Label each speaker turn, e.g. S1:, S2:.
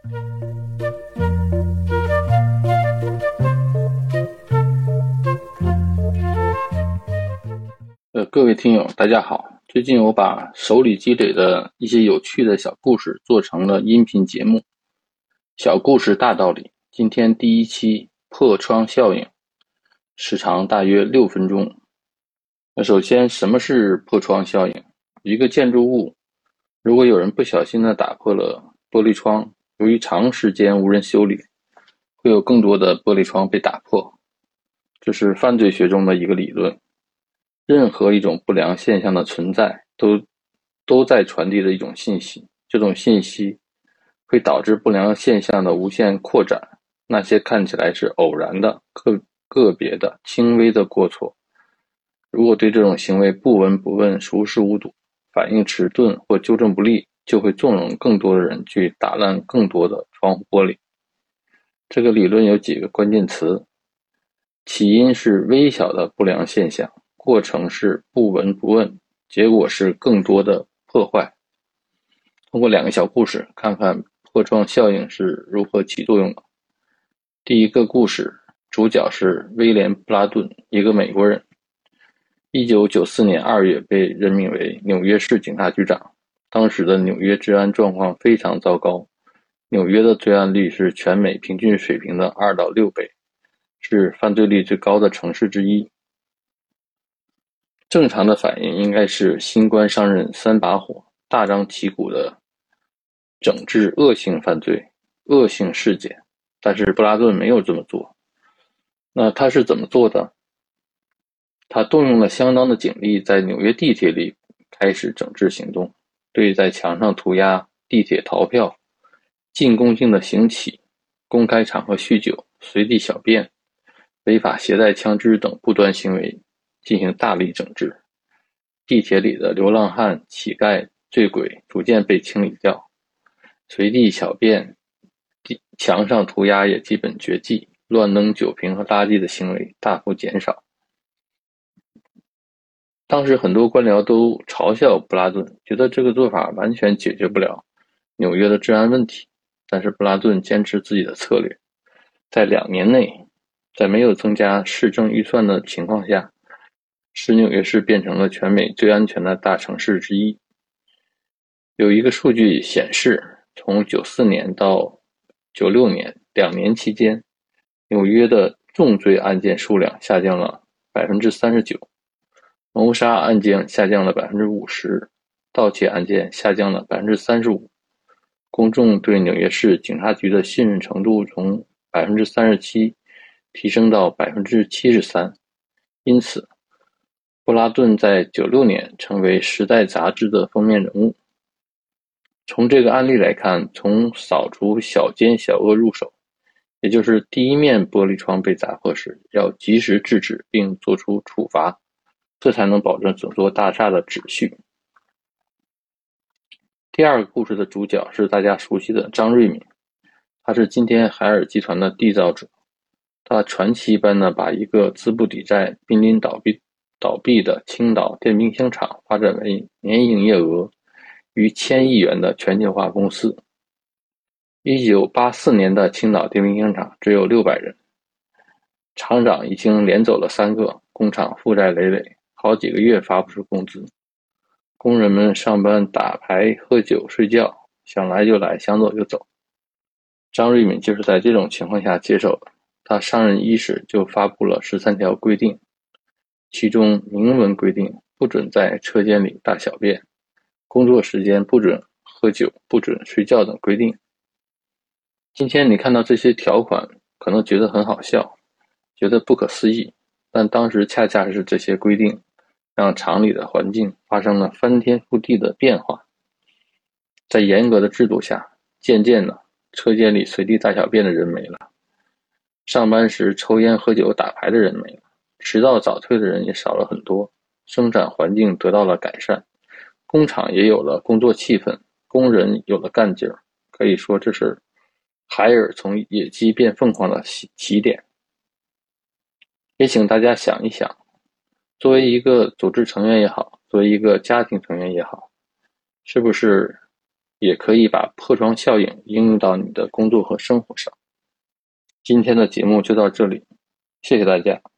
S1: 各位听友大家好，最近我把手里积累的一些有趣的小故事做成了音频节目，小故事大道理。今天第一期破窗效应，时长大约6分钟。那首先，什么是破窗效应？一个建筑物如果有人不小心地打破了玻璃窗，由于长时间无人修理，会有更多的玻璃窗被打破。这是犯罪学中的一个理论。任何一种不良现象的存在都在传递着一种信息，这种信息会导致不良现象的无限扩展。那些看起来是偶然的个别的轻微的过错，如果对这种行为不闻不问、熟视无睹，反应迟钝或纠正不力，就会纵容更多的人去打烂更多的窗户玻璃。这个理论有几个关键词：起因是微小的不良现象，过程是不闻不问，结果是更多的破坏。通过2个小故事，看看破窗效应是如何起作用的。第一个故事，主角是威廉·布拉顿，一个美国人。1994年2月被任命为纽约市警察局长。当时的纽约治安状况非常糟糕，纽约的罪案率是全美平均水平的2到6倍，是犯罪率最高的城市之一。正常的反应应该是新官上任3把火，大张旗鼓的整治恶性犯罪、恶性事件，但是布拉顿没有这么做。那他是怎么做的？他动用了相当的警力，在纽约地铁里开始整治行动，对在墙上涂鸦、地铁逃票、进攻性的行乞、公开场合酗酒、随地小便、违法携带枪支等不端行为进行大力整治。地铁里的流浪汉、乞丐、醉鬼逐渐被清理掉，随地小便、墙上涂鸦也基本绝迹，乱扔酒瓶和垃圾的行为大幅减少。当时很多官僚都嘲笑布拉顿，觉得这个做法完全解决不了纽约的治安问题。但是布拉顿坚持自己的策略，在2年内，在没有增加市政预算的情况下，使纽约市变成了全美最安全的大城市之一。有一个数据显示，从94年到96年2年期间，纽约的重罪案件数量下降了 39%， 谋杀案件下降了 50%， 盗窃案件下降了 35%。 公众对纽约市警察局的信任程度从 37% 提升到 73%。 因此布拉顿在96年成为《时代》杂志的封面人物。从这个案例来看，从扫除小奸小恶入手，也就是第一面玻璃窗被砸破时，要及时制止并做出处罚，这才能保证整座大厦的秩序。第二个故事的主角是大家熟悉的张瑞敏，他是今天海尔集团的缔造者。他传奇般的把一个资不抵债、濒临倒闭的青岛电冰箱厂发展为年营业额逾1000亿元的全球化公司。1984年的青岛电冰箱厂只有600人，厂长已经连走了3个，工厂负债累累，好几个月发不出工资。工人们上班打牌、喝酒、睡觉，想来就来，想走就走。张瑞敏就是在这种情况下接手的。他上任伊始就发布了13条规定，其中明文规定不准在车间里大小便，工作时间不准喝酒，不准睡觉等规定。今天你看到这些条款，可能觉得很好笑，觉得不可思议，但当时恰恰是这些规定让厂里的环境发生了翻天覆地的变化。在严格的制度下，渐渐的，车间里随地大小便的人没了，上班时抽烟喝酒打牌的人没了，迟到早退的人也少了很多，生产环境得到了改善，工厂也有了工作气氛，工人有了干劲儿。可以说这是海尔从野鸡变凤凰的起点。也请大家想一想，作为一个组织成员也好，作为一个家庭成员也好，是不是也可以把破窗效应应用到你的工作和生活上。今天的节目就到这里，谢谢大家。